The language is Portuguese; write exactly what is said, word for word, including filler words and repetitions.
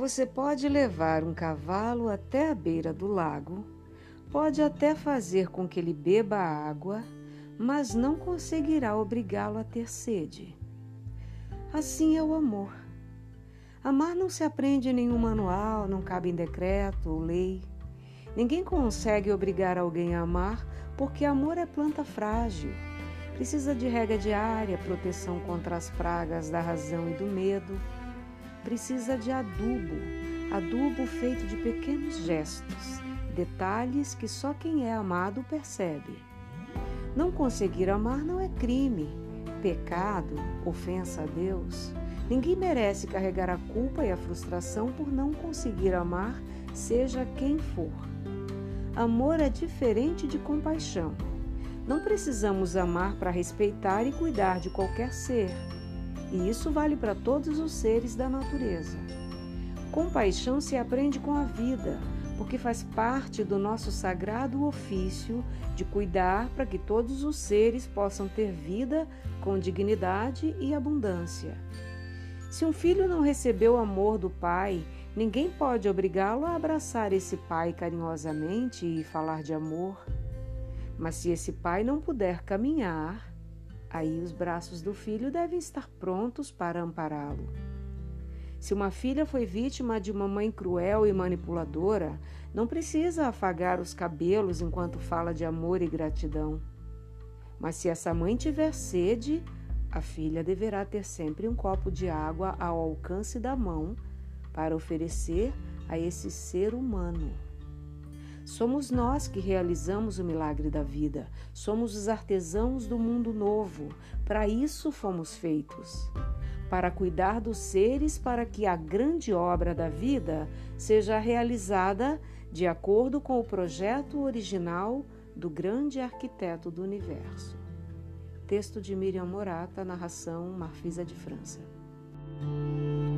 Você pode levar um cavalo até a beira do lago, pode até fazer com que ele beba água, mas não conseguirá obrigá-lo a ter sede. Assim é o amor. Amar não se aprende em nenhum manual, não cabe em decreto ou lei. Ninguém consegue obrigar alguém a amar, porque amor é planta frágil. Precisa de rega diária, proteção contra as pragas da razão e do medo. Precisa de adubo, adubo feito de pequenos gestos, detalhes que só quem é amado percebe. Não conseguir amar não é crime, pecado, ofensa a Deus. Ninguém merece carregar a culpa e a frustração por não conseguir amar, seja quem for. Amor é diferente de compaixão. Não precisamos amar para respeitar e cuidar de qualquer ser. E isso vale para todos os seres da natureza. Compaixão se aprende com a vida, porque faz parte do nosso sagrado ofício de cuidar para que todos os seres possam ter vida com dignidade e abundância. Se um filho não recebeu o amor do pai, ninguém pode obrigá-lo a abraçar esse pai carinhosamente e falar de amor. Mas se esse pai não puder caminhar, aí os braços do filho devem estar prontos para ampará-lo. Se uma filha foi vítima de uma mãe cruel e manipuladora, não precisa afagar os cabelos enquanto fala de amor e gratidão. Mas se essa mãe tiver sede, a filha deverá ter sempre um copo de água ao alcance da mão para oferecer a esse ser humano. Somos nós que realizamos o milagre da vida. Somos os artesãos do mundo novo. Para isso fomos feitos. Para cuidar dos seres, para que a grande obra da vida seja realizada de acordo com o projeto original do grande arquiteto do universo. Texto de Miriam Morata, narração Marfisa de França.